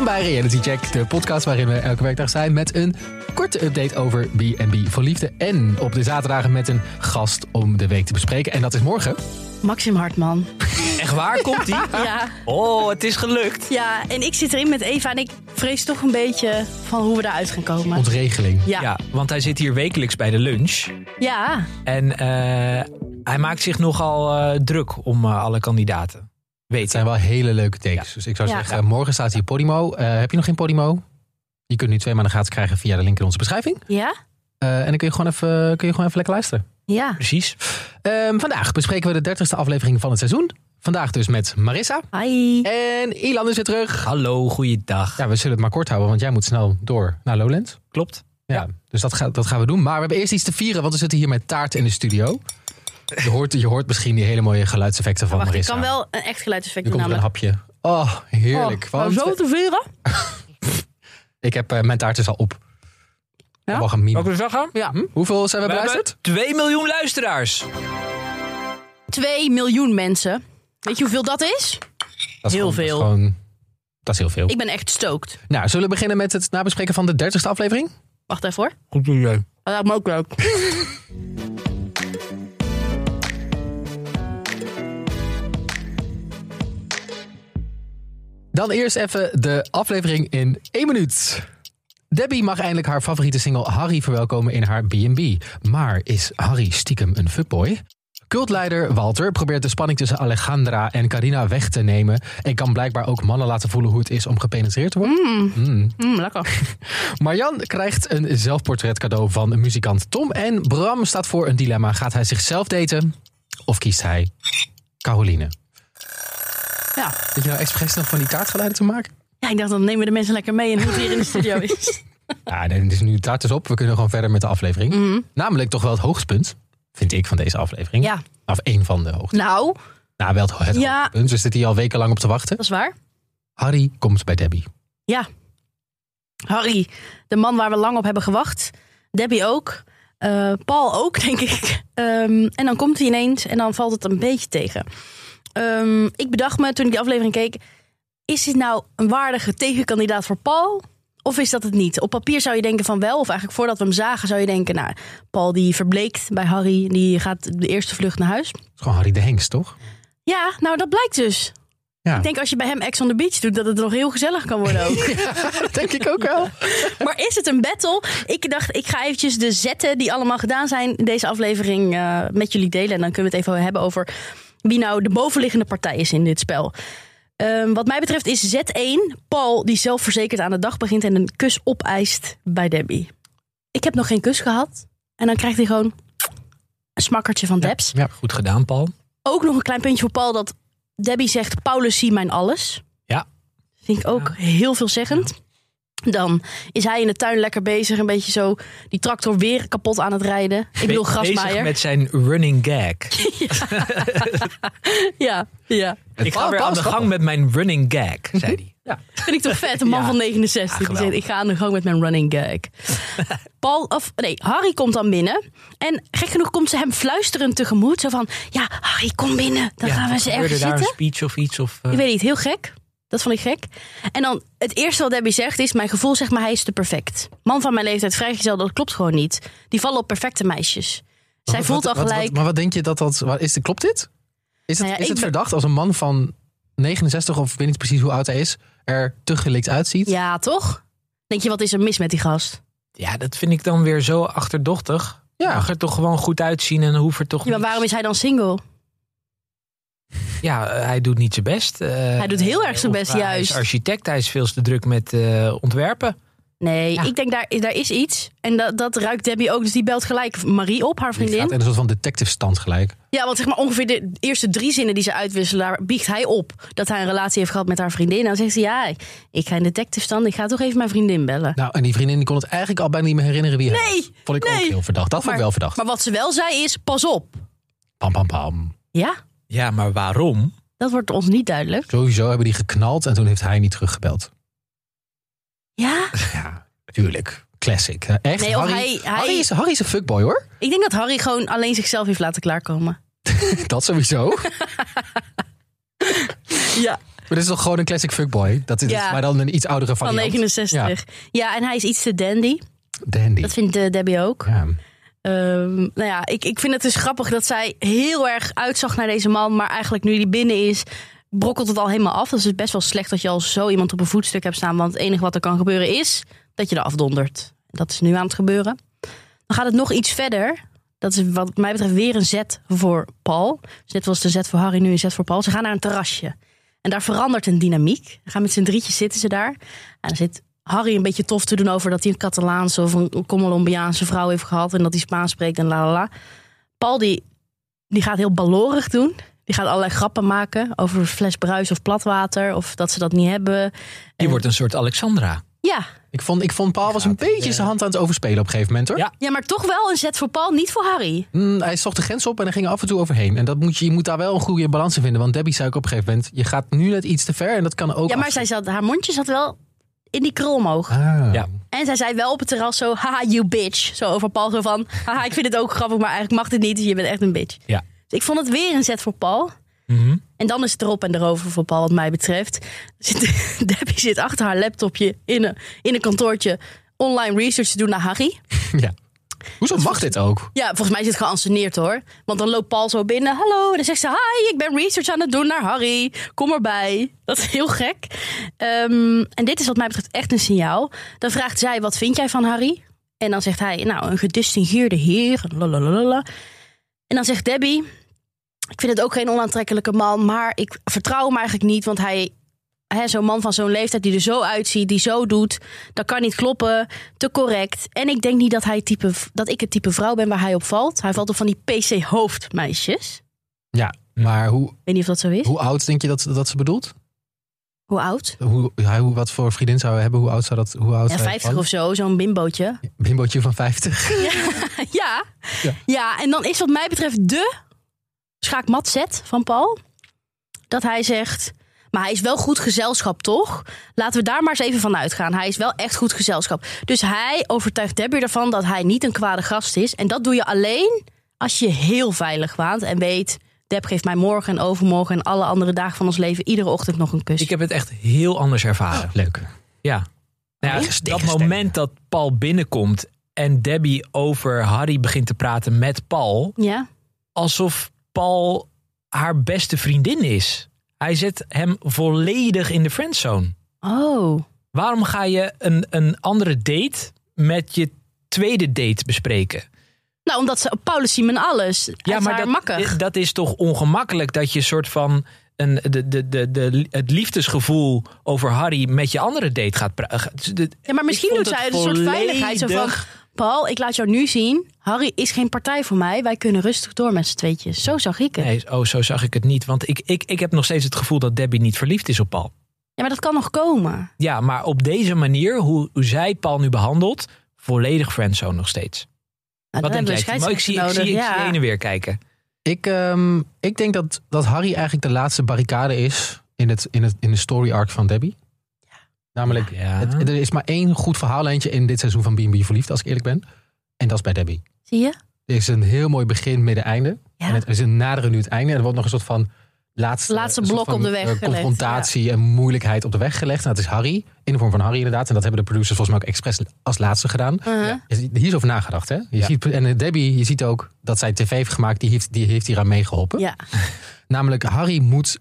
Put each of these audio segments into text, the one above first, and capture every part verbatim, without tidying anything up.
Welkom bij Reality Check, de podcast waarin we elke werkdag zijn met een korte update over B en B voor liefde. En op de zaterdagen met een gast om de week te bespreken. En dat is morgen. Maxim Hartman. Echt waar? Komt die? Ja. Oh, het is gelukt. Ja, en ik zit erin met Eva en ik vrees toch een beetje van hoe we daaruit gaan komen. Ontregeling. Ja. Ja, want hij zit hier wekelijks bij de lunch. Ja. En uh, hij maakt zich nogal uh, druk om uh, alle kandidaten. Weet Het zijn wel hele leuke takes. Ja. Dus ik zou Ja. zeggen, morgen staat hier Podimo. Uh, heb je nog geen Podimo? Je kunt nu twee maanden gratis krijgen via de link in onze beschrijving. Ja? Uh, en dan kun je, gewoon even, kun je gewoon even lekker luisteren. Ja. Precies. Um, vandaag bespreken we de dertigste aflevering van het seizoen. Vandaag dus met Marissa. Hi. En Ilan is weer terug. Hallo, goeiedag. Ja, we zullen het maar kort houden, want jij moet snel door naar Lowlands. Klopt. Ja, Ja. dus dat, ga, dat gaan we doen. Maar we hebben eerst iets te vieren, want we zitten hier met taart in de studio. Je hoort, je hoort misschien die hele mooie geluidseffecten van Wacht, ik Marissa. kan wel een echt geluidseffect Er doen komt er een namelijk. hapje. Oh, heerlijk. Oh, Want nou, zo te vieren? ik heb, uh, mijn taart is al op. Ja? Mag een meme. Mag ik zeggen? Ja. Hm? Hoeveel zijn we, We beluisterd? hebben twee miljoen luisteraars. Twee miljoen mensen. Weet je hoeveel dat is? Dat is heel gewoon- veel. Dat is, gewoon, dat is heel veel. Ik ben echt stoked. Nou, zullen we beginnen met het nabespreken van de dertigste aflevering? Wacht even hoor. Goed idee. Dat lijkt me ook leuk. Dan eerst even de aflevering in één minuut. Debbie mag eindelijk haar favoriete single Harry verwelkomen in haar B en B. Maar is Harry stiekem een fuckboy? Cultleider Walter probeert de spanning tussen Alejandra en Carina weg te nemen. En kan blijkbaar ook mannen laten voelen hoe het is om gepenetreerd te worden. Mm. Mm. Mm, lekker. Marjan krijgt een zelfportret cadeau van muzikant Tom. En Bram staat voor een dilemma. Gaat hij zichzelf daten of kiest hij Caroline? Ja. Weet je nou expres nog van die taartgeluiden te maken? Ja, ik dacht, dan nemen we de mensen lekker mee en hoe het hier in de studio is. Ja, nee, dus nu de taart is op. We kunnen gewoon verder met de aflevering. Mhm. Namelijk toch wel het hoogtepunt, vind ik, van deze aflevering. Ja. Of één van de hoogtepunten. Nou, Nou, wel het, het Ja. hoogtepunt. We zitten hier al wekenlang op te wachten. dat is waar. Harry komt bij Debbie. Ja. Harry, de man waar we lang op hebben gewacht. Debbie ook. Uh, Paul ook, denk ik. Um, en dan komt hij ineens en dan valt het een beetje tegen. Um, ik bedacht me toen ik die aflevering keek. Is dit nou een waardige tegenkandidaat voor Paul? Of is dat het niet? Op papier zou je denken van wel. Of eigenlijk voordat we hem zagen zou je denken... nou, Paul die verbleekt bij Harry. Die gaat de eerste vlucht naar huis. Het is gewoon Harry de Hengst, toch? Ja, nou dat blijkt dus. Ja, Ik denk als je bij hem Ex on the Beach doet... dat het nog heel gezellig kan worden ook. dat denk ik ook wel. Maar is het een battle? Ik dacht, ik ga eventjes de zetten die allemaal gedaan zijn... in deze aflevering uh, met jullie delen. En dan kunnen we het even hebben over... wie nou de bovenliggende partij is in dit spel. Um, wat mij betreft is zet één Paul die zelfverzekerd aan de dag begint... en een kus opeist bij Debbie. Ik heb nog geen kus gehad. En dan krijgt hij gewoon een smakkertje van Debs. Ja. Goed gedaan, Paul. Ook nog een klein puntje voor Paul dat Debbie zegt... Paulus, zie mijn alles. Ja. Vind ik ook heel veelzeggend. Dan is hij in de tuin lekker bezig. Een beetje zo die tractor weer kapot aan het rijden. Ik bedoel Be- grasmaaier. Bezig met zijn running gag. Ja, ja. Ik ga Paul- weer Paul aan de is gang met mijn running gag, zei hij. Ja. Vind ik toch vet. Een man Ja. van negenenzestig. Ja, die zegt, geweldig. ik ga aan de gang met mijn running gag. Paul, of nee, Harry komt dan binnen. En gek genoeg komt ze hem fluisterend tegemoet. Zo van, ja, Harry, kom binnen. Dan gaan we eens Gebeurde ergens daar zitten. een speech of iets? Of, uh... Ik weet niet, heel gek. Dat vond ik gek. En dan het eerste wat Debbie zegt is... mijn gevoel zegt maar hij is te perfect. Man van mijn leeftijd, vrijgezel, dat klopt gewoon niet. Die vallen op perfecte meisjes. Zij Wat- voelt wat- al wat- gelijk... wat- maar wat denk je dat dat... wat- Is, klopt dit? Is het, Nou ja, is ik het ben- verdacht als een man van negenenzestig... of ik weet niet precies hoe oud hij is... er te gelikt uitziet? Ja, toch? Denk je, wat is er mis met die gast? Ja, dat vind ik dan weer zo achterdochtig. Ja. Mag er toch gewoon goed uitzien en hoeft er toch Ja, maar niets- waarom is hij dan single? Ja, uh, hij doet niet zijn best. Uh, Hij doet heel erg zijn of best, Hij juist. is architect, hij is veel te druk met uh, ontwerpen. Nee, Ja. ik denk daar, daar is iets. En dat, dat ruikt Debbie ook. Dus die belt gelijk Marie op, haar Die gaat vriendin. in een soort van detective stand gelijk. Ja, want zeg maar ongeveer de eerste drie zinnen die ze uitwisselen... daar biegt hij op dat hij een relatie heeft gehad met haar vriendin. En dan zegt ze, ja, ik ga in detective stand. Ik ga toch even mijn vriendin bellen. Nou, en die vriendin die kon het eigenlijk al bijna niet meer herinneren wie hij Nee, was. Vond ik nee. ook heel verdacht. Dat vond ik Maar- wel verdacht. Maar wat ze wel zei is, pas op. Pam, pam, pam. Ja, Ja, maar waarom? dat wordt ons niet duidelijk. Sowieso hebben die geknald en toen heeft hij niet teruggebeld. Ja? Ja, tuurlijk. Classic. Echt, Nee, of Harry, hij- hij- Harry, is, Harry is een fuckboy, hoor. Ik denk dat Harry gewoon alleen zichzelf heeft laten klaarkomen. Dat sowieso. Ja. Maar dit is toch gewoon een classic fuckboy? Dat is, Ja. Maar dan een iets oudere Van variant. negenenzestig. Ja. ja, en hij is iets te dandy. Dandy. Dat vindt uh, Debbie ook. Ja. Um, nou ja, ik, ik vind het dus grappig dat zij heel erg uitzag naar deze man. Maar eigenlijk nu die binnen is, brokkelt het al helemaal af. Dat is best wel slecht dat je al zo iemand op een voetstuk hebt staan. Want het enige wat er kan gebeuren is dat je er afdondert. Dat is nu aan het gebeuren. Dan gaat het nog iets verder. Dat is wat mij betreft weer een zet voor Paul. Dus net was de zet voor Harry, nu een zet voor Paul. Ze gaan naar een terrasje. En daar verandert een dynamiek. Ze gaan met z'n drietjes zitten ze daar. En dan zit Harry een beetje tof te doen over dat hij een Catalaanse of een Colombiaanse vrouw heeft gehad. En dat hij Spaans spreekt en la la la. Paul die, die gaat heel ballorig doen. Die gaat allerlei grappen maken over een fles bruis of platwater. Of dat ze dat niet hebben. Die en, wordt een soort Alexandra. Ja. Ik vond, ik vond Paul was een beetje zijn hand aan het overspelen op een gegeven moment, hoor. Ja. ja, maar toch wel een zet voor Paul, niet voor Harry. Mm, hij zocht de grens op en hij ging er af en toe overheen. En dat moet je, je moet daar wel een goede balans in vinden. Want Debbie zei ook op een gegeven moment, je gaat nu net iets te ver en dat kan ook Ja, maar af- zij zat, haar mondje zat wel in die krul omhoog. Ah. Ja. En zij zei wel op het terras zo, haha, you bitch. Zo over Paul, zo van, haha, ik vind het ook grappig, maar eigenlijk mag dit niet, dus je bent echt een bitch. Ja. Dus ik vond het weer een zet voor Paul. Mm-hmm. En dan is het erop en erover voor Paul, wat mij betreft. Zit, Debbie zit achter haar laptopje in een, in een kantoortje online research te doen naar Harry. Ja. Hoezo mag dit ook? Ja, volgens mij is het geanceneerd hoor. Want dan loopt Paul zo binnen. Hallo. En dan zegt ze, hi, ik ben research aan het doen naar Harry. Kom erbij. Dat is heel gek. Um, en dit is wat mij betreft echt een signaal. Dan vraagt zij, wat vind jij van Harry? En dan zegt hij, nou, een gedistingeerde heer. Lalalala. En dan zegt Debbie, ik vind het ook geen onaantrekkelijke man. Maar ik vertrouw hem eigenlijk niet. Want hij, hè, zo'n man van zo'n leeftijd die er zo uitziet, die zo doet, dat kan niet kloppen. Te correct. En ik denk niet dat, hij type, dat ik het type vrouw ben waar hij op valt. Hij valt op van die P C-hoofdmeisjes. Ja, maar hoe, Ik weet niet of dat zo is. hoe oud denk je dat, dat ze bedoelt? Hoe oud? Hoe, ja, hoe, wat voor vriendin zou hij hebben? Hoe oud zou dat? Hoe oud Ja, zou vijftig of zo, zo'n bimbootje. Bimbootje van vijftig. Ja, ja. Ja. ja, en dan is wat mij betreft de schaakmat zet van Paul. Dat hij zegt, maar hij is wel goed gezelschap, toch? Laten we daar maar eens even van uitgaan. Hij is wel echt goed gezelschap. Dus hij overtuigt Debbie ervan dat hij niet een kwade gast is. En dat doe je alleen als je heel veilig waant en weet, Deb geeft mij morgen en overmorgen en alle andere dagen van ons leven iedere ochtend nog een kus. Ik heb het echt heel anders ervaren. Leuk. Ja. Nou ja, Oh, dat tegenstelling. moment dat Paul binnenkomt en Debbie over Harry begint te praten met Paul, Ja? alsof Paul haar beste vriendin is. Hij zet hem volledig in de friendzone. Oh. Waarom ga je een, een andere date met je tweede date bespreken? Nou, omdat ze Paulus zien men alles. Ja, maar dat, dat, makkig. dat is toch ongemakkelijk dat je soort van een, de, de, de, de, het liefdesgevoel over Harry met je andere date gaat praten. Ja, maar misschien doet zij een soort veiligheid. Zo van, Paul, ik laat jou nu zien. Harry is geen partij voor mij. Wij kunnen rustig door met z'n tweetjes. Zo zag ik het. Nee, oh, zo zag ik het niet. Want ik, ik, ik heb nog steeds het gevoel dat Debbie niet verliefd is op Paul. Ja, maar dat kan nog komen. Ja, maar op deze manier, hoe, hoe zij Paul nu behandelt, volledig friendzone nog steeds. Nou, Wat dan denk hebben jij? we Timo? Ik zie, ik scheidsrechter zie, ik nodig. zie Ja. heen en weer kijken. Ik, ehm, ik denk dat, dat Harry eigenlijk de laatste barricade is in, het, in, het, in de story arc van Debbie. Namelijk, Ja. het, er is maar één goed verhaallijntje in dit seizoen van B en B Verliefd, als ik eerlijk ben. En dat is bij Debbie. Zie je? Er is een heel mooi begin, midden, einde. Ja. En het is een naderen nu het einde. En er wordt nog een soort van laatste, Laatste een soort blok van, op de weg eh, gelegd, confrontatie en moeilijkheid op de weg gelegd. En dat is Harry, in de vorm van Harry inderdaad. En dat hebben de producers volgens mij ook expres als laatste gedaan. Uh-huh. Hier is over nagedacht, hè? Je Ja. ziet, en eh, Debbie, je ziet ook dat zij tv heeft gemaakt, die heeft, die heeft hier aan meegeholpen. Ja, Namelijk, Harry moet,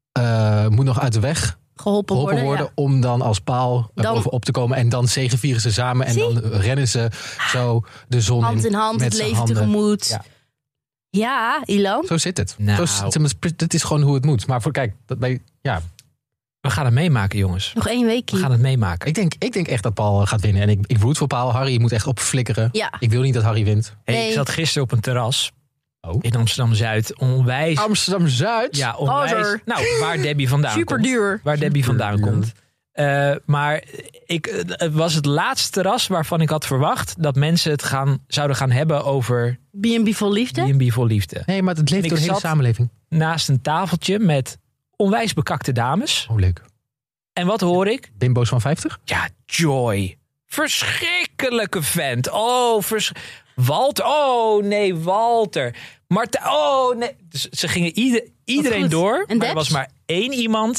uh, moet nog uit de weg geholpen, geholpen worden. worden om dan als paal Dan- boven op te komen. En dan zegevieren ze samen en Zie? dan rennen ze zo de zon Ja. Hand in. in hand, met het z'n leven handen. tegemoet. Ja. Ja, Ilan. Zo zit het. Nou. Zo, zit- het is gewoon hoe het moet. Maar voor, kijk, dat bij, ja, We gaan het meemaken, jongens. Nog één We weekje. gaan het meemaken. ik, denk, ik denk echt dat Paul gaat winnen. En ik, ik root voor Paul. Harry moet echt opflikkeren. Ja. Ik wil niet dat Harry wint. Hey, Nee. Ik zat gisteren op een terras Oh. in Amsterdam-Zuid. Onwijs. Amsterdam-Zuid? Ja, onwijs. Gozer. Nou, waar Debbie vandaan Super komt. duur. Waar Debbie vandaan Superduur. komt. Uh, maar ik, uh, het was het laatste terras waarvan ik had verwacht dat mensen het gaan, zouden gaan hebben over B en B vol liefde. B en B vol liefde. Nee, maar het leeft Ik door de hele zat- samenleving. Naast een tafeltje met onwijs bekakte dames. Oh, leuk. En wat hoor ik? Bimbo's van vijftig? Ja, Joy. Verschrikkelijke vent. Oh, vers... Walter. Oh, nee, Walter. Marta. Oh, nee. Dus ze gingen ieder, iedereen goed. door. En Maar er Debs? was maar één iemand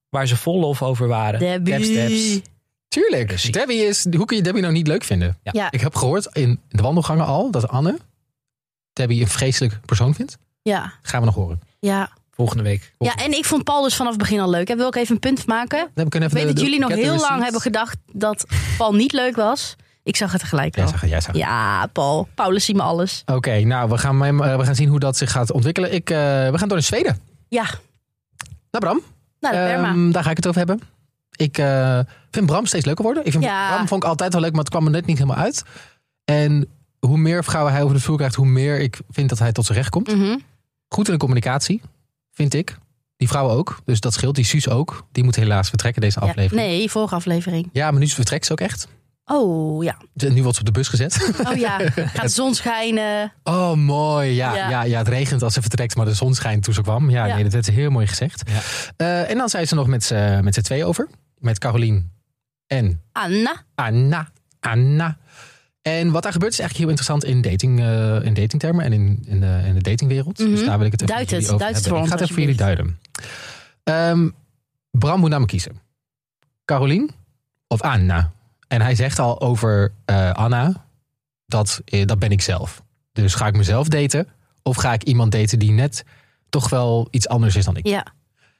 Waar ze vol lof over waren. Debbie. Deb Steps. Tuurlijk. Precies. Debbie is... Hoe kun je Debbie nou niet leuk vinden? Ja. Ja. Ik heb gehoord in de wandelgangen al dat Anne Debbie een vreselijk persoon vindt. Ja, Gaan we nog horen. ja. Volgende week. Ja, en ik vond Paul dus vanaf het begin al leuk. Ik wil ook even een punt maken. We kunnen Ik even weet de- dat jullie de- nog get the heel lang receipts. hebben gedacht dat Paul niet leuk was. Ik zag het tegelijk Jij al. zag het, jij zag het. Ja, Paul. Paulus zien me alles. Oké, nou, we gaan, uh, we gaan zien hoe dat zich gaat ontwikkelen. Ik, uh, we gaan door naar Zweden. Ja, Nou, Bram. nou de Perma. Ehm, daar ga ik het over hebben. Ik uh, vind Bram steeds leuker worden. Ik vind Ja. Bram vond ik altijd wel leuk, maar het kwam er net niet helemaal uit. En hoe meer vrouwen hij over de vloer krijgt, hoe meer ik vind dat hij tot zijn recht komt. Mhm. Goed in de communicatie, vind ik. Die vrouwen ook. Dus dat scheelt. Die Suus ook. Die moet helaas vertrekken deze Ja, aflevering. nee, vorige aflevering. Ja, maar nu vertrekt ze ook echt. Oh, ja. Nu wordt ze op de bus gezet. Oh ja, gaat de zon schijnen. Oh, mooi. Ja, ja. Ja. Ja, het regent als ze vertrekt, maar de zon schijnt toen ze kwam. Ja, Ja. nee, dat werd heel mooi gezegd. Ja. Uh, en dan zijn ze nog met z'n met z'n twee over. Met Carolien en Anna. Anna. Anna. En wat daar gebeurt is eigenlijk heel interessant in, dating, uh, in datingtermen en in, in, de, in de datingwereld. Mhm. Dus daar wil ik het even Duid met jullie het, over duid het hebben. voor Ik ga ons, het even voor jullie duiden. Um, Bram moet namelijk kiezen. Carolien of Anna? En hij zegt al over uh, Anna, dat, eh, dat ben ik zelf. Dus ga ik mezelf daten of ga ik iemand daten die net toch wel iets anders is dan ik? Ja.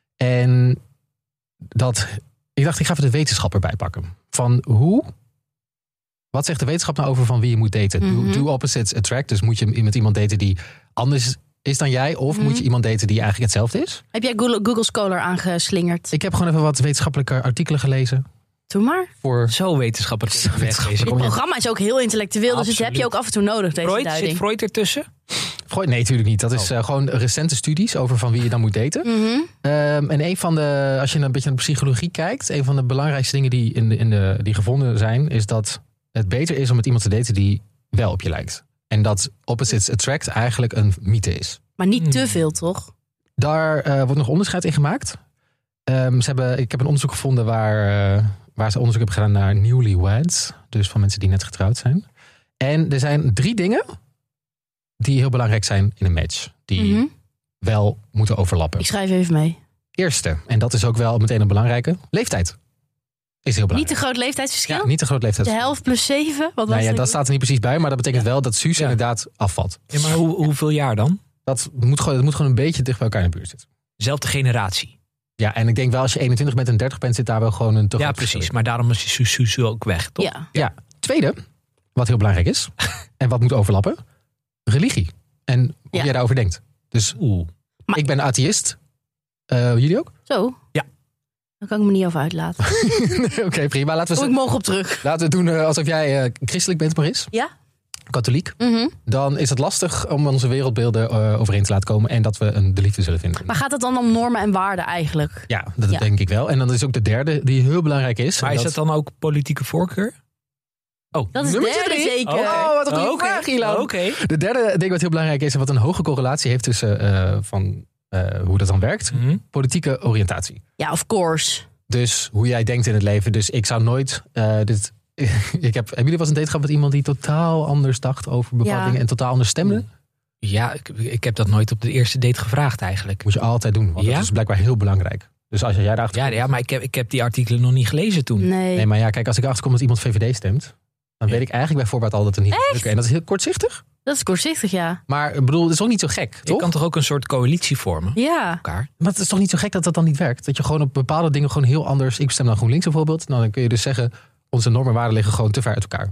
En dat, ik dacht, ik ga even de wetenschap erbij pakken. Van hoe, wat zegt de wetenschap nou over van wie je moet daten? Mhm. Do, do opposites attract? Dus moet je met iemand daten die anders is dan jij? Of Mhm. moet je iemand daten die eigenlijk hetzelfde is? Heb jij Google, Google Scholar aangeslingerd? Ik heb gewoon even wat wetenschappelijke artikelen gelezen. Doe maar. Voor Zo wetenschappelijk. Zo wetenschappelijk. Dit Dit Kom je- programma is ook heel intellectueel, dus dit heb je ook af en toe nodig, deze Freud, duiding. zit Freud ertussen? Freud? Nee, natuurlijk niet. Dat is Oh. uh, gewoon recente studies over van wie je dan moet daten. Mhm. Um, en een van de, als je een beetje naar de psychologie kijkt, een van de belangrijkste dingen die, in de, in de, die gevonden zijn, is dat het beter is om met iemand te daten die wel op je lijkt. En dat opposites attract eigenlijk een mythe is. Maar niet Hmm. te veel, toch? Daar uh, wordt nog onderscheid in gemaakt. Um, ze hebben, ik heb een onderzoek gevonden waar, uh, waar ze onderzoek hebben gedaan naar newlyweds. Dus van mensen die net getrouwd zijn. En er zijn drie dingen die heel belangrijk zijn in een match. Die Mhm. wel moeten overlappen. Ik schrijf even mee. Eerste, en dat is ook wel meteen een belangrijke, leeftijd. Is heel Niet belangrijk. te groot leeftijdsverschil? Ja, niet te groot leeftijd. De helft plus zeven? Wat was Nou ja, het? dat staat er niet precies bij, maar dat betekent wel dat Suus Ja. inderdaad afvalt. Ja, maar hoe, hoeveel jaar dan? Dat moet, gewoon, dat moet gewoon een beetje dicht bij elkaar in de buurt zitten. Zelfde generatie. Ja, en ik denk wel als je eenentwintig bent en dertig bent, zit daar wel gewoon een te Ja, groot precies. verschil Maar daarom is Su- Su- Su ook weg, toch? Ja. in. Ja, tweede, wat heel belangrijk is, en wat moet overlappen, religie. En hoe Ja. jij daarover denkt. Dus Oeh. Maar- ik ben atheïst. Uh, jullie ook? Zo? Ja. Daar kan ik me niet over uitlaten. Oké, okay, prima. Laten we, Kom ik morgen op terug. laten we het doen uh, alsof jij uh, christelijk bent, Maris. Ja? Katholiek. Mhm. Dan is het lastig om onze wereldbeelden uh, overeen te laten komen en dat we een, de liefde zullen vinden. Maar gaat het dan om normen en waarden eigenlijk? Ja, dat Ja. denk ik wel. En dan is ook de derde die heel belangrijk is. Maar En is dat dan ook politieke voorkeur? Oh, Dat is de Nummertje derde drie? zeker. Oh, wat een goede Oké. vraag, Ilan. Oké. De derde ding wat heel belangrijk is en wat een hoge correlatie heeft tussen uh, van, uh, hoe dat dan werkt. Mhm. Politieke oriëntatie. Ja, of course. Dus hoe jij denkt in het leven. Dus ik zou nooit uh, dit... ik heb, hebben jullie wel eens een date gehad met iemand die totaal anders dacht over bepaalde Ja. dingen en totaal anders stemde? Ja, ik, ik heb dat nooit op de eerste date gevraagd eigenlijk. Moet je altijd doen, want Ja? dat is blijkbaar heel belangrijk. Dus als jij daarachter Ja, komt- ja maar ik heb, ik heb die artikelen nog niet gelezen toen. Nee. Nee, maar ja, kijk, als ik erachter kom dat iemand V V D stemt, dan Ja. weet ik eigenlijk bij voorbaat al dat het niet gaat lukken. En dat is heel kortzichtig. Dat is kortzichtig, ja. Maar ik bedoel, het is ook niet zo gek, Je toch? kan toch ook een soort coalitie vormen? Ja. Elkaar. Maar het is toch niet zo gek dat dat dan niet werkt? Dat je gewoon op bepaalde dingen gewoon heel anders... Ik stem dan GroenLinks bijvoorbeeld. Nou, dan kun je dus zeggen, onze normen en waarden liggen gewoon te ver uit elkaar.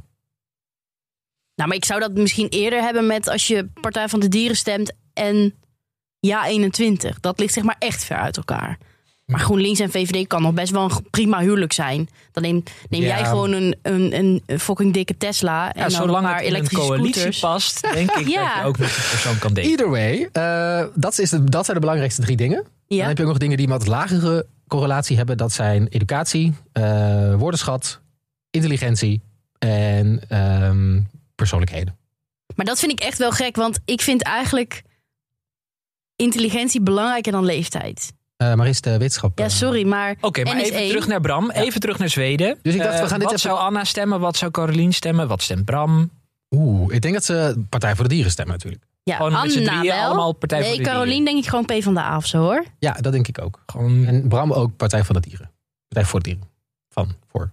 Nou, maar ik zou dat misschien eerder hebben met als je Partij van de Dieren stemt en Ja eenentwintig. Dat ligt zeg maar echt ver uit elkaar. Maar GroenLinks en V V D kan nog best wel een prima huwelijk zijn. Dan neem, neem Ja. jij gewoon een, een, een fucking dikke Tesla en Ja, dan zolang een paar het in een elektrische coalitie scooters. past, denk ik Ja. dat je ook met die persoon kan daten. Either way, uh, dat, is de, dat zijn de belangrijkste drie dingen. Dan Ja. heb je ook nog dingen die wat lagere correlatie hebben. Dat zijn educatie, uh, woordenschat, intelligentie en um, persoonlijkheden. Maar dat vind ik echt wel gek, want ik vind eigenlijk intelligentie belangrijker dan leeftijd. Uh, maar is de wetenschap... Ja, uh, sorry, maar Oké, maar N is even één. terug naar Bram. Even terug naar Zweden. Dus ik dacht, we Eh, gaan dit wat even- zou Anna stemmen? Wat zou Carolien stemmen? Wat stemt Bram? Oeh, ik denk dat ze Partij voor de Dieren stemmen natuurlijk. Ja, Gewoon met z'n Anna drieën wel. allemaal Partij nee, voor de Dieren. Carolien denk ik gewoon P van de A of zo hoor. Ja, dat denk ik ook. Gewoon... En Bram ook Partij van de Dieren. Partij voor de Dieren. Van, voor.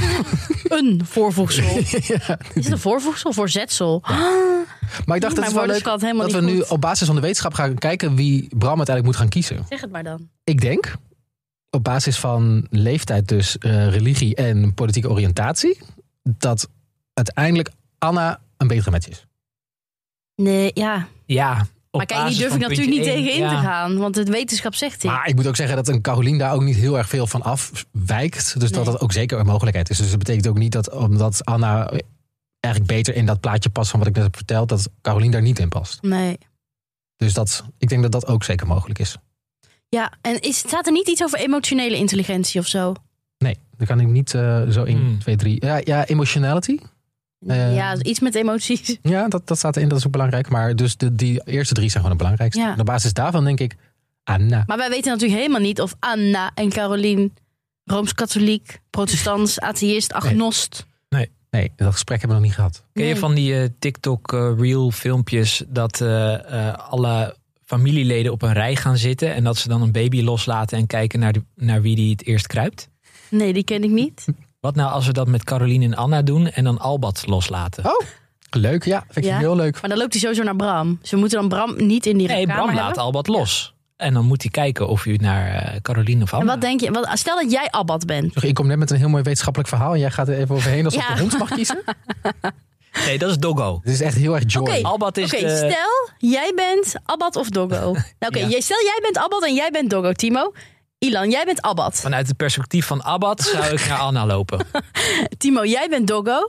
Een voorvoegsel. ja, Is het een voorvoegsel? Voorzetsel. Ja. maar ik dacht dat het wel leuk dat we nu goed. op basis van de wetenschap gaan kijken wie Bram uiteindelijk moet gaan kiezen. Zeg het maar dan. Ik denk, op basis van leeftijd dus, uh, religie en politieke oriëntatie, dat uiteindelijk Anna een betere match is. Nee, ja. Ja. Maar kijk, hier durf ik natuurlijk niet één, tegenin ja. te gaan. Want het wetenschap zegt dit. Maar ik moet ook zeggen dat een Carolien daar ook niet heel erg veel van afwijkt. Dus Nee. dat dat ook zeker een mogelijkheid is. Dus dat betekent ook niet dat omdat Anna eigenlijk beter in dat plaatje past van wat ik net heb verteld, dat Carolien daar niet in past. Nee. Dus dat, ik denk dat dat ook zeker mogelijk is. Ja, en is, staat er niet iets over emotionele intelligentie of zo? Nee, dan kan ik niet uh, zo één, Hmm. twee, drie. Ja, ja emotionality. Uh, ja, iets met emoties. Ja, dat, dat staat erin, dat is ook belangrijk. Maar dus de, die eerste drie zijn gewoon het belangrijkste. Ja. En op basis daarvan denk ik, Anna. Maar wij weten natuurlijk helemaal niet of Anna en Carolien Rooms-katholiek, protestants, atheïst, agnost. Nee, dat gesprek hebben we nog niet gehad. Ken je Nee. van die uh, TikTok uh, reel filmpjes dat uh, uh, alle familieleden op een rij gaan zitten en dat ze dan een baby loslaten en kijken naar, de, naar wie die het eerst kruipt? Nee, die ken ik niet. Wat nou als we dat met Carolien en Anna doen en dan Albert loslaten? Oh, leuk. Ja, vind ik Ja? heel leuk. Maar dan loopt hij sowieso naar Bram. Dus we moeten dan Bram niet in die nee, kamer Bram hebben. laat Albert los. En dan moet hij kijken of u naar uh, Carolien of Anna... En wat denk je? Wat, stel dat jij Abbat bent. Sorry, ik kom net met een heel mooi wetenschappelijk verhaal en jij gaat er even overheen alsof Ja. de hond mag kiezen. Nee, dat is Doggo. Dit is echt heel erg joy. Oké. Albert is Oké, de... stel jij bent Abbat of Doggo. Nou, oké, Ja. jij- stel jij bent Abbat en jij bent Doggo, Timo. Ilan, jij bent Abbat. Vanuit het perspectief van Abbat zou ik naar Anna lopen. Timo, jij bent Doggo.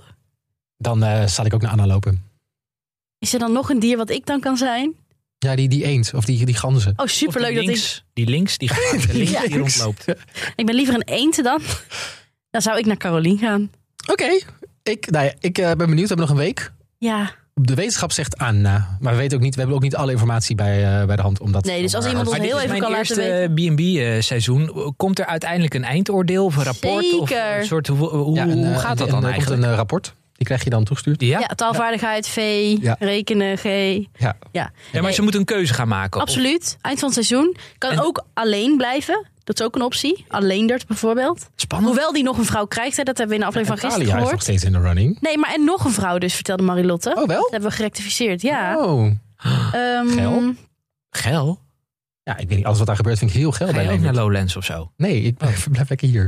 Dan uh, zal ik ook naar Anna lopen. Is er dan nog een dier wat ik dan kan zijn? Ja, die, die eend of die, die ganzen. Oh, superleuk Of dat die ik... links, Die links, die gemaakte links die links. rondloopt. Ik ben liever een eend dan. Dan zou ik naar Carolien gaan. Oké, ik, nou ja, ik uh, ben benieuwd. We hebben nog een week. Ja. De wetenschap zegt Anna. Maar we weten ook niet, we hebben ook niet alle informatie bij, uh, bij de hand. Omdat, Nee, dus als iemand ons Maar dit heel is even mijn kan eerste laten weten. B en B seizoen. Komt er uiteindelijk een eindoordeel of een rapport? Of Zeker. een soort, hoe hoe, ja, een, hoe uh, gaat dat een, dan er eigenlijk? komt een uh, rapport. Die krijg je dan toegestuurd. Ja? Ja, taalvaardigheid, V, Ja. rekenen, G. Ja. Ja, Ja, maar Nee, ze moeten een keuze gaan maken. Of- absoluut. Eind van het seizoen. Kan En- ook alleen blijven. Dat is ook een optie. Alleendert bijvoorbeeld. Spannend. Hoewel die nog een vrouw krijgt. Hè, dat hebben we in de aflevering van Talia gisteren is nog gehoord. steeds in de running. Nee, maar en nog een vrouw dus, vertelde Marilotte. Oh, wel? Dat hebben we gerectificeerd, ja. Oh. Ehm, Geil. Geil? Ja, ik weet niet. Alles wat daar gebeurt vind ik heel geil Ga bij je ook Leendert. naar Lowlands of zo? Nee, ik blijf, blijf lekker hier.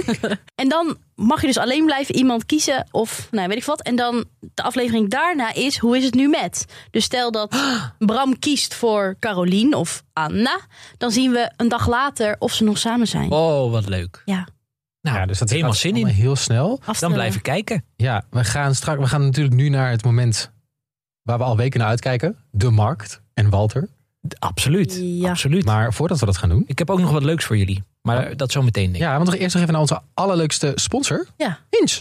En dan mag je dus alleen blijven iemand kiezen of, nou weet ik wat. En dan de aflevering daarna is, hoe is het nu met? Dus stel dat Bram kiest voor Carolien of Anna. Dan zien we een dag later of ze nog samen zijn. Oh, wat leuk. Ja, Nou, Ja, dus dat helemaal gaat zin allemaal in. heel snel. Dan afstellen. blijven kijken. Ja, we gaan straks. We gaan natuurlijk nu naar het moment waar we al weken naar uitkijken. De markt en Walter. Absoluut. Ja. Absoluut. Maar voordat we dat gaan doen. Ik heb ook nog wat leuks voor jullie. Maar dat zo meteen denk ik. Ja, want we gaan eerst nog even naar onze allerleukste sponsor. Ja. Hinge.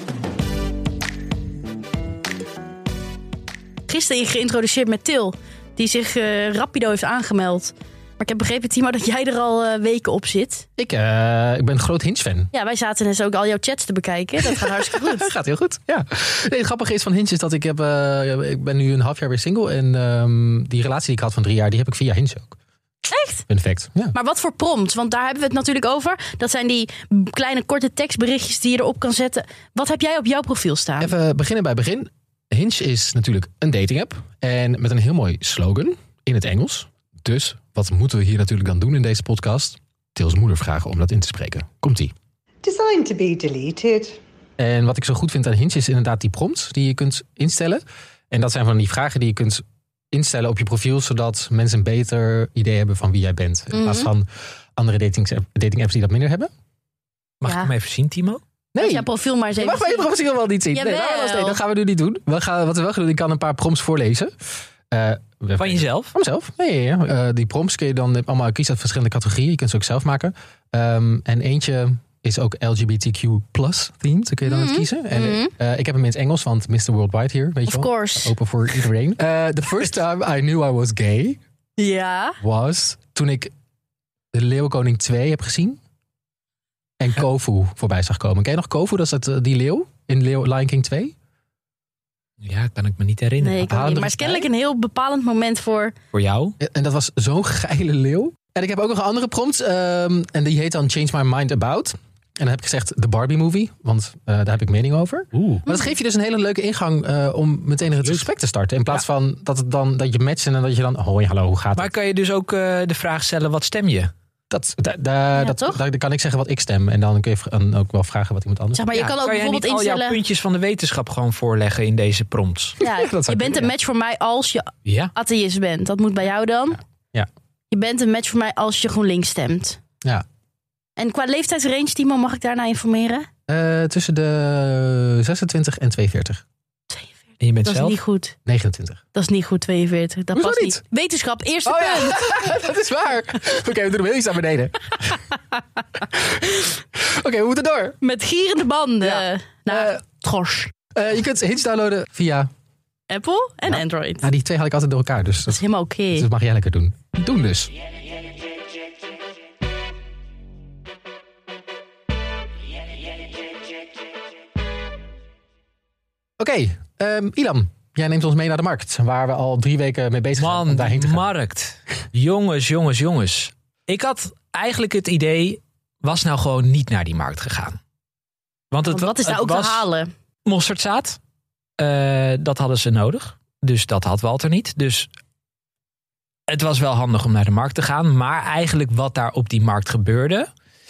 Gisteren geïntroduceerd met Til, die zich eh, rapido heeft aangemeld. Maar ik heb begrepen, Timo, dat jij er al eh, weken op zit. Ik, uh, ik ben een groot Hinge-fan. Ja, wij zaten net ook al jouw chats te bekijken. Dat gaat hartstikke goed. Gaat heel goed, ja. Nee, het grappige is van Hinge is dat ik heb... Uh, ik ben nu een half jaar weer single. En um, die relatie die ik had van drie jaar, die heb ik via Hinge ook. Echt? Fun fact, ja. Maar wat voor prompt? Want daar hebben we het natuurlijk over. Dat zijn die kleine korte tekstberichtjes die je erop kan zetten. Wat heb jij op jouw profiel staan? Even beginnen bij begin. Hinge is natuurlijk een dating app. En met een heel mooi slogan in het Engels. Dus wat moeten we hier natuurlijk dan doen in deze podcast? Tils moeder vragen om dat in te spreken. Komt-ie. Designed to be deleted. En wat ik zo goed vind aan Hinge is inderdaad die prompts die je kunt instellen. En dat zijn van die vragen die je kunt instellen op je profiel, zodat mensen een beter idee hebben van wie jij bent. In plaats van andere dating apps die dat minder hebben. Mag Ja. ik hem even zien, Timo? Nee, Jouw profiel maar eens je even mag mijn zien. profiel wel niet zien. Nee, Jawel. dat, nee, dat gaan we nu niet doen. We gaan, wat we wel gaan doen, ik kan een paar prompts voorlezen. Uh, Van jezelf? Van mezelf. Nee, ja, ja. Uh, die prompts kun je dan allemaal kiezen uit verschillende categorieën. Je kunt ze ook zelf maken. Um, en eentje is ook L G B T Q plus themed. Daar kun je dan Mm-hmm. uit kiezen. En, Mm-hmm. uh, ik heb hem in het Engels, want mister Worldwide hier, weet Of je wel. course. Open voor iedereen. Uh, the first time I knew I was gay Ja. was toen ik De Leeuwenkoning twee heb gezien. En Kofu voorbij zag komen. Ken je nog Kofu? Dat is het, uh, die leeuw in Leo- Lion King twee? Ja, kan ik me niet herinneren. Nee, ik ook niet. Maar het is kennelijk een heel bepalend moment voor... Voor jou? En dat was zo'n geile leeuw. En ik heb ook nog een andere prompt. Um, en die heet dan Change My Mind About. En dan heb ik gezegd de Barbie Movie. Want uh, daar heb ik mening over. Oeh. Maar dat geeft je dus een hele leuke ingang uh, om meteen het gesprek te starten. In plaats ja. van dat, het dan, dat je matcht en dat je dan... Hoi, hallo, hoe gaat het? Maar kan je dus ook uh, de vraag stellen, wat stem je? Dat, da, da, ja, dat, da, dan kan ik zeggen wat ik stem. En dan kun je v- ook wel vragen wat iemand anders... Zeg maar, je ja, kan ook kan bijvoorbeeld je niet instellen... al jouw puntjes van de wetenschap gewoon voorleggen in deze prompts? Ja, ja, dat je bent een match voor mij als je ja. atheïst bent. Dat moet bij jou dan. Ja. Ja. Je bent een match voor mij als je GroenLinks stemt. Ja. En qua leeftijdsrange, Timo, mag ik daarna informeren? Uh, tussen de zesentwintig en tweeënveertig. tweeënveertig. En je bent dat zelf? is niet goed. negenentwintig. Dat is niet goed, tweeënveertig. Dat Hoezo past niet? niet. Wetenschap, eerste Oh, punt. Ja. Dat is waar. Oké, okay, we doen hem heel iets naar beneden. Oké, okay, we moeten door. Met gierende banden. Ja. Naar uh, Tros. Uh, je kunt hints downloaden via... Apple en ja. Android. Nou, die twee haal ik altijd door elkaar. Dus dat, dat is helemaal oké. Okay. Dus dat mag jij lekker doen. Doen dus. Oké, okay, um, Ilan, jij neemt ons mee naar de markt. Waar we al drie weken mee bezig zijn om daarheen te gaan. Markt. Jongens, jongens, jongens. Ik had eigenlijk het idee, was nou gewoon niet naar die markt gegaan. Want, het, Want wat is daar ook te halen? Mosterdzaad. Uh, dat hadden ze nodig. Dus dat had Walter niet. Dus het was wel handig om naar de markt te gaan. Maar eigenlijk wat daar op die markt gebeurde...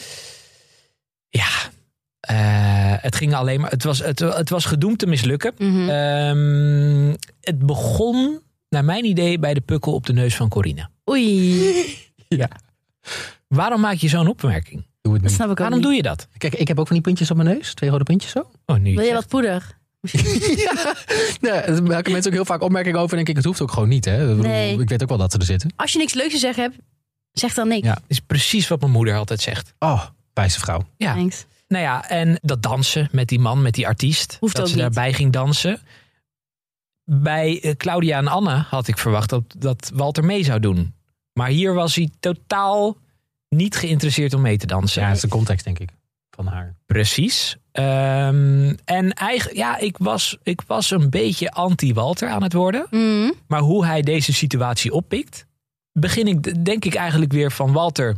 Ja... Uh, het ging alleen maar. Het was, het, het was gedoemd te mislukken. Mm-hmm. Um, het begon, naar mijn idee, bij de pukkel op de neus van Corine. Oei. Ja. Waarom maak je zo'n opmerking? Doe het niet. Dat snap ik ook Waarom niet. doe je dat? Kijk, ik heb ook van die puntjes op mijn neus. Twee rode puntjes zo. Oh, nu Wil je wat poeder? Ja. Nee, daar maken mensen ook heel vaak opmerkingen over. En denk ik, het hoeft ook gewoon niet. Hè? Nee. Ik weet ook wel dat ze er zitten. Als je niks leuks te zeggen hebt, zeg dan niks. Ja. Dat is precies wat mijn moeder altijd zegt. Oh, wijze vrouw. Ja. Thanks. Nou ja, en dat dansen met die man, met die artiest. Hoeft dat ook ze niet. daarbij ging dansen. Bij Claudia en Anne had ik verwacht dat, dat Walter mee zou doen. Maar hier was hij totaal niet geïnteresseerd om mee te dansen. Ja, dat is de context, denk ik, van haar. Precies. Um, en eigenlijk, ja, ik was, ik was een beetje anti-Walter aan het worden. Mm. Maar hoe hij deze situatie oppikt, begin ik denk ik eigenlijk weer van Walter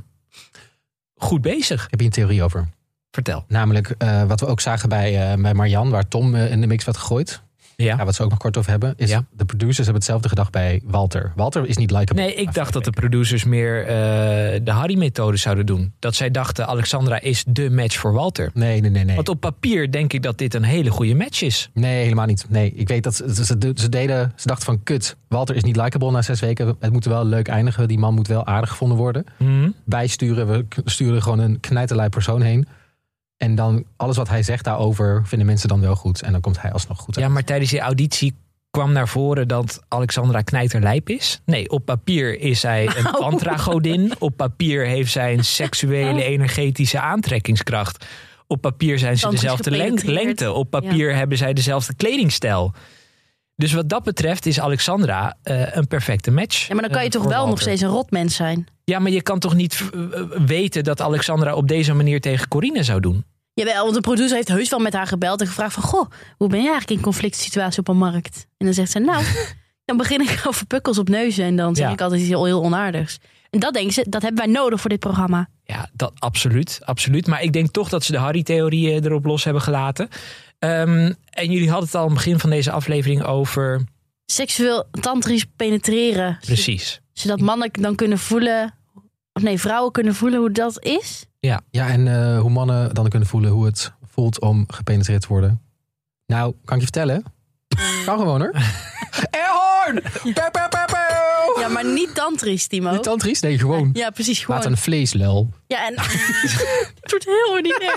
goed bezig. Ik heb hier een theorie over. Vertel. Namelijk uh, wat we ook zagen bij, uh, bij Marjan, waar Tom uh, in de mix werd gegooid. Ja. Ja, wat ze ook nog kort over hebben, is Ja. de producers hebben hetzelfde gedacht bij Walter. Walter is niet likable. Nee, ik dacht dat de producers meer uh, de Harry-methode zouden doen. Dat zij dachten, Alexandra is de match voor Walter. Nee, nee, nee. nee. Want op papier denk ik dat dit een hele goede match is. Nee, helemaal niet. Nee, ik weet dat ze, ze, ze deden, ze dachten van kut, Walter is niet likable na zes weken. Het moet wel leuk eindigen. Die man moet wel aardig gevonden worden. Mm-hmm. Bijsturen, we sturen gewoon een knijterlui persoon heen. En dan alles wat hij zegt daarover vinden mensen dan wel goed. En dan komt hij alsnog goed uit. Ja, maar tijdens die auditie kwam naar voren dat Alexandra knijterlijp is. Nee, op papier is zij een Oh. tantra-godin. Op papier heeft zij een seksuele, energetische aantrekkingskracht. Op papier zijn ze Tantrisch dezelfde leng- gepenetreerd. lengte. Op papier ja. hebben zij dezelfde kledingstijl. Dus wat dat betreft is Alexandra uh, een perfecte match. Ja, maar dan kan je uh, toch voor wel Walter. nog steeds een rotmens zijn? Ja, maar je kan toch niet uh, weten dat Alexandra op deze manier tegen Corine zou doen? Jawel, want de producer heeft heus wel met haar gebeld en gevraagd van... Goh, hoe ben je eigenlijk in conflict situatie op een markt? En dan zegt ze, nou, dan begin ik over pukkels op neuzen. En dan zeg Ja. ik altijd iets heel, heel onaardigs. En dat denken ze, dat hebben wij nodig voor dit programma. Ja, dat absoluut, absoluut. Maar ik denk toch dat ze de Harry-theorie erop los hebben gelaten. Um, en jullie hadden het al aan het begin van deze aflevering over... Seksueel tantrisch penetreren. Precies. Zodat mannen dan kunnen voelen... Of nee, vrouwen kunnen voelen hoe dat is. Ja, Ja, en uh, hoe mannen dan kunnen voelen hoe het voelt om gepenetreerd te worden. Nou, kan ik je vertellen? Kan gewoon hoor. Airhorn! Pew, pew, pew, pew! Ja, maar niet tantrisch, Timo. Niet tantrisch? Nee, gewoon. Ja, precies, gewoon. Laat een vleeslul. Ja, en het wordt heel ordinair.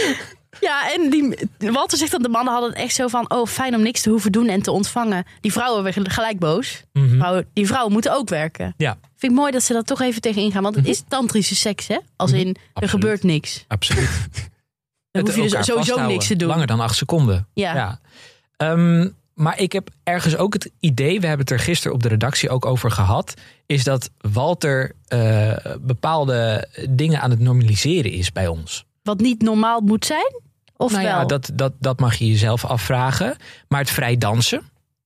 Ja, en die, Walter zegt dat de mannen hadden het echt zo van... oh, fijn om niks te hoeven doen en te ontvangen. Die vrouwen werden gelijk boos. mm-hmm. Vrouwen, die vrouwen moeten ook werken. Ja, Vind ik mooi dat ze dat toch even tegen ingaan. Want het is tantrische seks, hè? Als in, er Absoluut. gebeurt niks. absoluut. Dan hoef je dus elkaar sowieso vasthouden. niks te doen. Langer dan acht seconden. Ja. ja. Um, maar ik heb ergens ook het idee... we hebben het er gisteren op de redactie ook over gehad... is dat Walter uh, bepaalde dingen aan het normaliseren is bij ons. Wat niet normaal moet zijn? Of nou wel? ja, dat, dat, dat mag je jezelf afvragen. Maar het vrij dansen,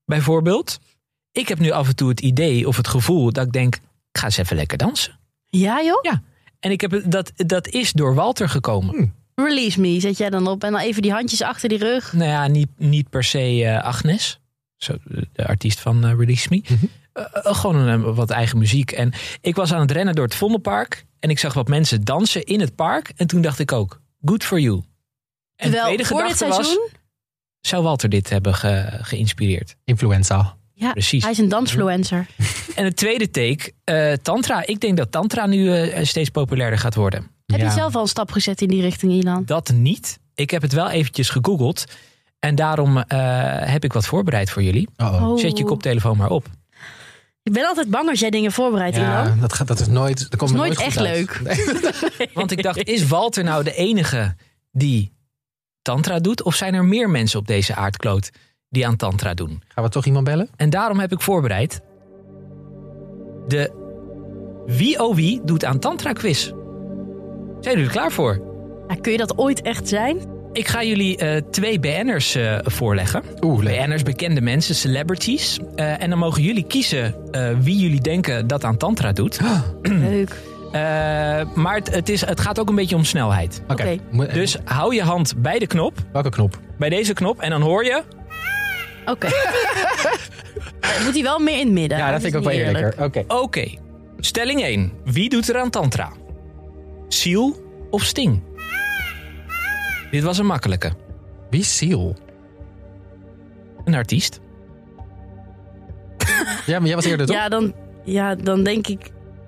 bijvoorbeeld. Ik heb nu af en toe het idee of het gevoel dat ik denk, ik ga eens even lekker dansen. Ja, joh? Ja. En ik heb het, dat, dat is door Walter gekomen. Hmm. Release Me zet jij dan op en dan even die handjes achter die rug. Nou ja, niet, niet per se uh, Agnes, zo, de artiest van uh, Release Me. Mm-hmm. Uh, uh, gewoon uh, wat eigen muziek. En ik was aan het rennen door het Vondelpark en ik zag wat mensen dansen in het park. En toen dacht ik ook, good for you. En Terwijl, de tweede voor dit gedachte was, seizoen... zou Walter dit hebben ge, geïnspireerd? Influenza. Ja, Precies. hij is een dansfluencer. En het tweede take, uh, Tantra. Ik denk dat Tantra nu uh, steeds populairder gaat worden. Heb Ja. je zelf al een stap gezet in die richting, Ilan? Dat niet. Ik heb het wel eventjes gegoogeld. En daarom uh, heb ik wat voorbereid voor jullie. Uh-oh. Oh. Zet je koptelefoon maar op. Ik ben altijd bang als jij dingen voorbereidt, Ja, Ilan. dat, gaat, dat is nooit, dat komt is me nooit goed echt uit. leuk. Nee. Want ik dacht, is Walter nou de enige die Tantra doet? Of zijn er meer mensen op deze aardkloot die aan Tantra doen? Gaan we toch iemand bellen? En daarom heb ik voorbereid de Wie oh Wie doet aan Tantra quiz. Zijn jullie er klaar voor? Ja, kun je dat ooit echt zijn? Ik ga jullie uh, twee B N'ers uh, voorleggen. Oeh, leuk. B N'ers, bekende mensen, celebrities. Uh, en dan mogen jullie kiezen uh, wie jullie denken dat aan Tantra doet. Leuk. Uh, maar het, het, is, het gaat ook een beetje om snelheid. Oké. Oké. Mo- Dus hou je hand bij de knop, Welke knop? bij deze knop. En dan hoor je... Oké. Dan moet hij wel meer in het midden. Ja, dat Dat vind ik ook is wel niet eerlijker. Oké. Oké, okay. Stelling één. Wie doet er aan Tantra? Seal of Sting? Dit was een makkelijke. Wie is Seal? Een artiest. Ja, maar jij was eerder toch? Ja, dan, ja, dan denk ik...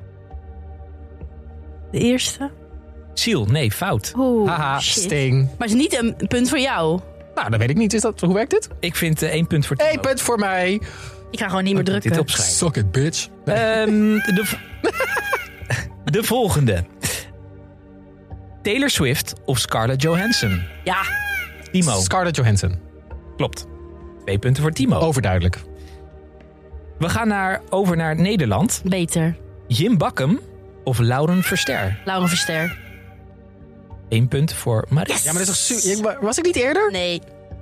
De eerste? Seal, nee, fout. Oeh, Haha, shit. Sting. Maar het is niet een punt voor jou. Nou, dat weet ik niet. Is dat, hoe werkt dit? Ik vind uh, één punt voor Timo. Eén punt voor mij. Ik ga gewoon niet meer Ik moet drukken. dit opschrijven. Suck it, bitch. Um, de, v- de volgende. Taylor Swift of Scarlett Johansson? Ja, Timo. Scarlett Johansson. Klopt. Twee punten voor Timo. Overduidelijk. We gaan naar, over naar Nederland. beter. Jim Bakkum of Lauren Verster? Lauren Verster. Eén punt voor Marie. Ja, maar dat is toch su- ik- Was ik niet eerder? Nee.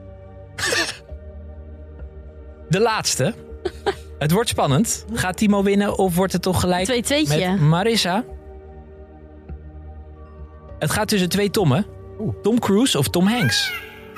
De laatste. Het wordt spannend. Gaat Timo winnen of wordt het toch gelijk twee tweetje. met Marissa? Het gaat tussen twee Tommen. Oeh. Tom Cruise of Tom Hanks?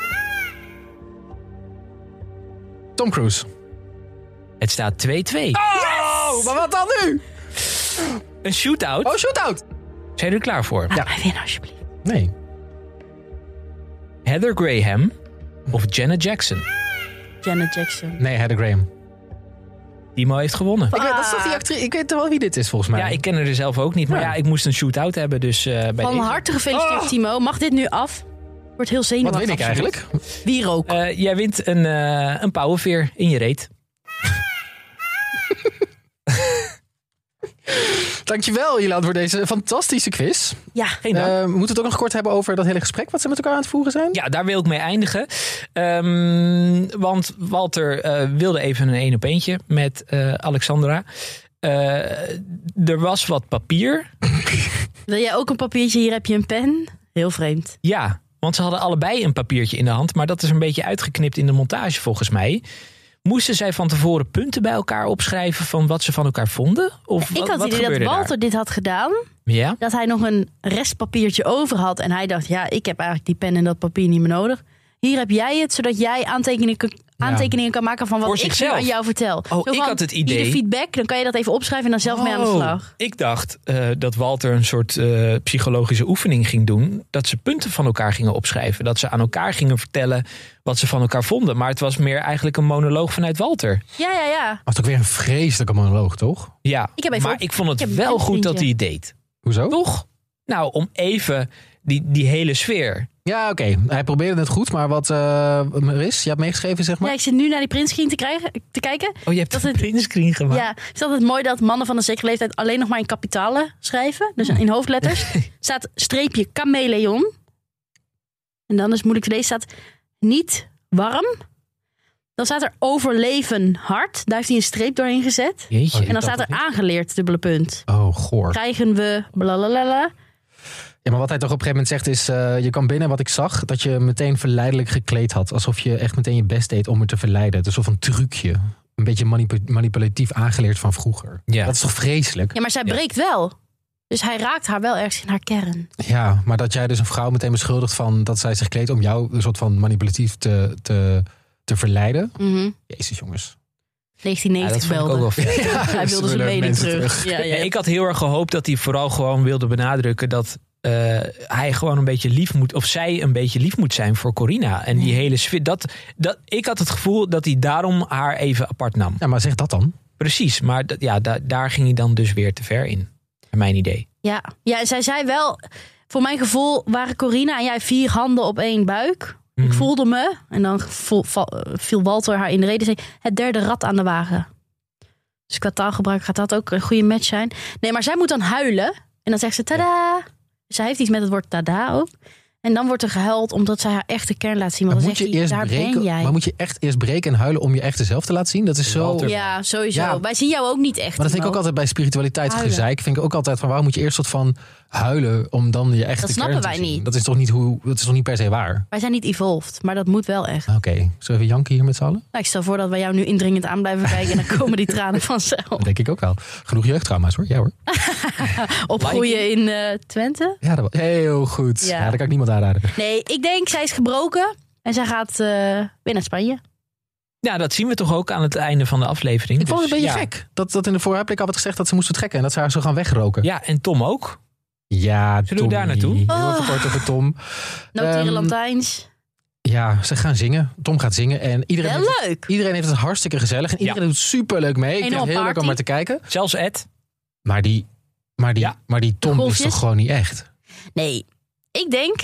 Tom Cruise. Het staat twee twee. Oh, maar wat dan nu? Een shootout. Oh, shootout. Zijn jullie er klaar voor? Laat mij winnen, alsjeblieft. Nee. Heather Graham of Janet Jackson? Janet Jackson. Nee, Heather Graham. Timo heeft gewonnen. Ik weet, dat is toch die actrice? Ik weet toch wel wie dit is, volgens mij. Ja, ik ken er zelf ook niet. Maar Ja. ja, ik moest een shootout hebben. Dus uh, bij Van deze. harte gefeliciteerd, Timo. Mag dit nu af? Wordt heel Wat zenuwachtig. win ik eigenlijk? Wie ook. Uh, jij wint een, uh, een powerveer in je reet. Dankjewel, Jolande, voor deze fantastische quiz. Ja. Geen dank. Uh, we moeten het ook nog kort hebben over dat hele gesprek wat ze met elkaar aan het voeren zijn. Ja, daar wil ik mee eindigen. Um, want Walter uh, wilde even een één op eentje met uh, Alexandra. Uh, er was wat papier. Wil jij ook een papiertje? Hier heb je een pen. Heel vreemd. Ja, want ze hadden allebei een papiertje in de hand. Maar dat is een beetje uitgeknipt in de montage volgens mij. Moesten zij van tevoren punten bij elkaar opschrijven van wat ze van elkaar vonden? Of Ik wat, had wat het idee dat gebeurde Walter daar? dit had gedaan. Ja? Dat hij nog een restpapiertje over had. En hij dacht, ja, ik heb eigenlijk die pen en dat papier niet meer nodig. Hier heb jij het, zodat jij aantekeningen, kan- aantekeningen kan maken van wat Voor ik nu zichzelf. aan jou vertel. Oh, Zo ik van, had het idee- Hier de feedback, dan kan je dat even opschrijven en dan zelf mee aan de Oh, slag. ik dacht uh, dat Walter een soort uh, psychologische oefening ging doen. Dat ze punten van elkaar gingen opschrijven. Dat ze aan elkaar gingen vertellen wat ze van elkaar vonden. Maar het was meer eigenlijk een monoloog vanuit Walter. Ja, ja, ja. Was ook weer een vreselijke monoloog, toch? Ja, Ik heb even maar op- ik vond het ik heb wel een goed dat hij vriendje. het deed. Hoezo? Toch? Nou, om even die, die hele sfeer. Ja, oké. Hij probeerde het goed, maar wat uh, Maris, je hebt meegeschreven, zeg maar. Ja, ik zit nu naar die printscreen te, krijgen, te kijken. Oh, je hebt Dat een het- printscreen gemaakt. Ja, is dat het mooi dat mannen van een zekere leeftijd alleen nog maar in kapitalen schrijven? Dus in hoofdletters. Staat streepje chameleon. En dan is moeilijk te lezen. Staat niet warm. Dan staat er overleven hard. Daar heeft hij een streep doorheen gezet. Jeetje. Oh, En dan dat staat er niet. aangeleerd, dubbele punt. Oh, goor. Krijgen we blalalala. Ja, maar wat hij toch op een gegeven moment zegt is... Uh, je kwam binnen, wat ik zag, dat je meteen verleidelijk gekleed had. Alsof je echt meteen je best deed om me te verleiden. Het is een soort van trucje. Een beetje manip- manipulatief aangeleerd van vroeger. Ja. Dat is toch vreselijk? Ja, maar zij Ja. breekt wel. Dus hij raakt haar wel ergens in haar kern. Ja, maar dat jij dus een vrouw meteen beschuldigt van... dat zij zich kleedt om jou een soort van manipulatief te, te, te verleiden. Mm-hmm. Jezus, jongens. negentien negentig Ja, dat vond ik belde. ook wel vet. Hij wilde zijn willen mening mensen terug. terug. Ja, ja. Ja, ik had heel erg gehoopt dat hij vooral gewoon wilde benadrukken dat uh, hij gewoon een beetje lief moet, of zij een beetje lief moet zijn voor Corina. En die hele sfeer. Dat, dat, ik had het gevoel dat hij daarom haar even apart nam. Ja, maar zeg dat dan. Precies, maar dat, ja, da, daar ging hij dan dus weer te ver in. Naar mijn idee. Ja. ja, en zij zei wel... Voor mijn gevoel waren Corina en jij vier handen op één buik. Mm-hmm. Ik voelde me. En dan vo, val, viel Walter haar in de reden. Zei, het derde rad aan de wagen. Dus qua taalgebruik gaat dat ook een goede match zijn. Nee, maar zij moet dan huilen. En dan zegt ze tada. Zij heeft iets met het woord tada ook. En dan wordt er gehuild omdat zij haar echte kern laat zien. Want Maar dan moet, je zegt hij, eerst daar ben breken, jij. maar moet je echt eerst breken en huilen om je echte zelf te laten zien? Dat is zo... Walter. Ja, sowieso. Ja. Wij zien jou ook niet echt. Maar dat vind ik ook Mo. altijd bij spiritualiteit Huilen. gezeik. Vind ik ook altijd van waarom moet je eerst soort van huilen om dan je echte Dat kern snappen te wij zien? niet. Dat is toch niet hoe? Dat is toch niet per se waar? Wij zijn niet evolved, maar dat moet wel echt. Oké, okay. Zullen we even janken hier met z'n allen? Nou, ik stel voor dat wij jou nu indringend aan blijven kijken. En dan komen die tranen vanzelf. Dat denk ik ook wel. Genoeg jeugdtrauma's hoor. Ja hoor. Opgroeien in uh, Twente. Ja, dat was heel goed. Ja. Ja, dat kan ik niemand aanraden. Nee, ik denk zij is gebroken. En zij gaat uh, weer naar Spanje. Ja, dat zien we toch ook aan het einde van de aflevering. Ik vond het Dus, een beetje ja. gek. Dat, dat in de vorige heb ik altijd gezegd dat ze moest vertrekken. En dat ze haar zo gaan wegroken. Ja, en Tom ook. Ja, Zullen we daar naartoe? Heel Oh. even kort over Tom. Noteren Um, Latijns. Ja, ze gaan zingen. Tom gaat zingen. En iedereen, Wel heeft, leuk. iedereen heeft het hartstikke gezellig. En iedereen Ja. doet superleuk mee. Ik vind Enorm het heel leuk om party. maar te kijken. Zelfs Ed. Maar die, maar die, Ja. maar die Tom is golfjes? toch gewoon niet echt? Nee, ik denk...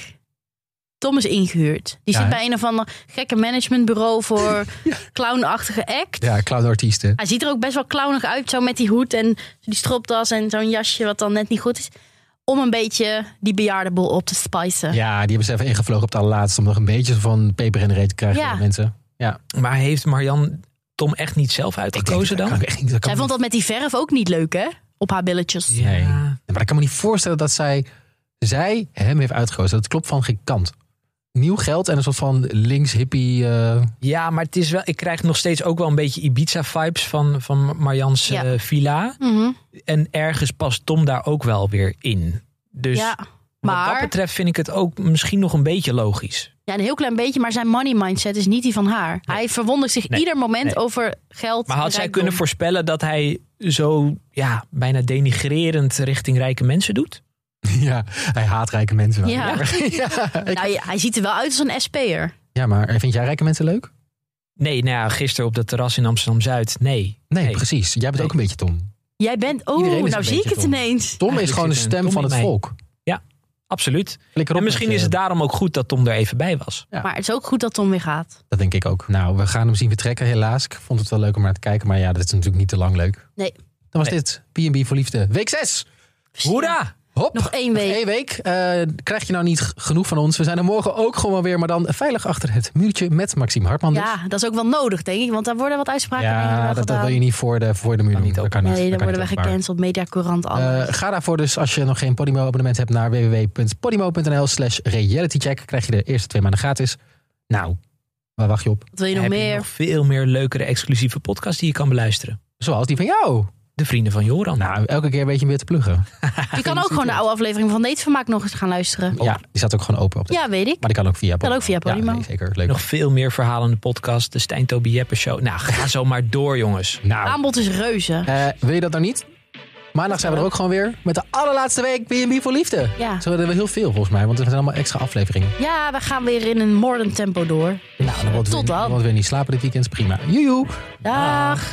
Tom is ingehuurd. Die Ja, zit hè? bij een of ander gekke managementbureau voor clownachtige act. Ja, clownartiesten. Hij ziet er ook best wel clownig uit. Zo met die hoed en die stropdas en zo'n jasje wat dan net niet goed is. Om een beetje die bejaardenboel op te spicen. Ja, die hebben ze even ingevlogen op het allerlaatste. Om nog een beetje van peper in de reet te krijgen Ja. voor de mensen. Ja. Maar heeft Marianne Tom echt niet zelf uitgekozen dat dan? kan ik echt niet. Dat kan Zij vond dat met die verf ook niet leuk, hè? Op haar billetjes. Ja. Nee. Maar ik kan me niet voorstellen dat zij, zij hem heeft uitgekozen. Dat klopt van geen kant. Nieuw geld en een soort van links hippie. Uh... Ja, maar het is wel, ik krijg nog steeds ook wel een beetje Ibiza-vibes van, van Marianne's Ja. uh, villa. Mhm. En ergens past Tom daar ook wel weer in. Dus Ja, wat maar... dat betreft vind ik het ook misschien nog een beetje logisch. Ja, een heel klein beetje, maar zijn money mindset is niet die van haar. Hij verwondert zich Nee. ieder moment Nee. over geld. Maar had en zij rijkdom. kunnen voorspellen dat hij zo ja, bijna denigrerend richting rijke mensen doet? ja, hij haat rijke mensen. wel. Ja. ja, ik- Nou, ja, hij ziet er wel uit als een S P'er. ja, maar vind jij rijke mensen leuk? Nee, nou ja, gisteren op dat terras in Amsterdam-Zuid, nee. Nee, Nee. precies. Jij bent Nee. ook een beetje Tom. Jij bent... Oh, Iedereen is nou een zie ik beetje het Tom. ineens. Tom is Eigenlijk gewoon de zit er stem een van Tom het in mij. volk. Absoluut. Flikker op En misschien met, is het eh, daarom ook goed dat Tom er even bij was. Ja. Maar het is ook goed dat Tom weer gaat. Dat denk ik ook. Nou, we gaan hem zien vertrekken helaas. Ik vond het wel leuk om naar te kijken. Maar ja, dat is natuurlijk niet te lang leuk. Nee. Dan was Nee. dit B en B voor Liefde. Week zes. Hoera! Hop. Nog één week. Eén week. Uh, krijg je nou niet g- genoeg van ons? We zijn er morgen ook gewoon weer. Maar dan veilig achter het muurtje met Maxime Hartman. dus. Ja, dat is ook wel nodig, denk ik. Want daar worden wat uitspraken in Ja, dat, dat gedaan. wil je niet voor de, voor de muur Kan doen. niet Dat ook. kan niet. Nee, Dat dan kan worden we niet openbaar. gecanceld. Mediacourant, Uh, alles. ga daarvoor dus, als je nog geen Podimo-abonnement hebt, naar www.podimo.nl slash realitycheck. Krijg je de eerste twee maanden gratis. Nou, waar wacht je op? Wat wil je nog Heb je meer? nog veel meer leukere exclusieve podcasts die je kan beluisteren. Zoals die van jou. De Vrienden van Joran. Nou, elke keer weet je hem weer te pluggen. Je kan ook gewoon de oude aflevering van Datevermaak nog eens gaan luisteren. Ja, die staat ook gewoon open op de... Ja, weet ik. Maar die kan ook via Kan ook via Podimo. Ja, nee, zeker. Leuk. Nog veel meer verhalende podcasts. De Stijn Toby Jeppe Show. Nou, ga zo maar door, jongens. Nou, Aanbod is reuze. eh, wil je dat nou niet? Maandag zijn we er ook gewoon weer met de allerlaatste week B en B voor Liefde. Ja. Zo hebben we heel veel volgens mij, want er zijn allemaal extra afleveringen. Ja, we gaan weer in een modern tempo door. Nou, dan wordt Tot weer, dan. wordt weer niet slapen dit weekend, is prima. Joejoe. Dag.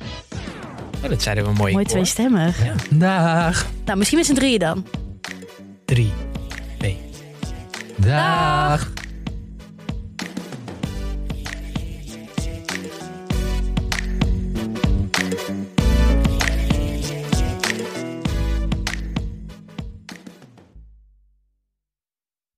Ja, dat zeiden we mooi. Mooi tweestemmig. Dag. Nou, misschien met z'n drieën dan. Drie, twee. Dag.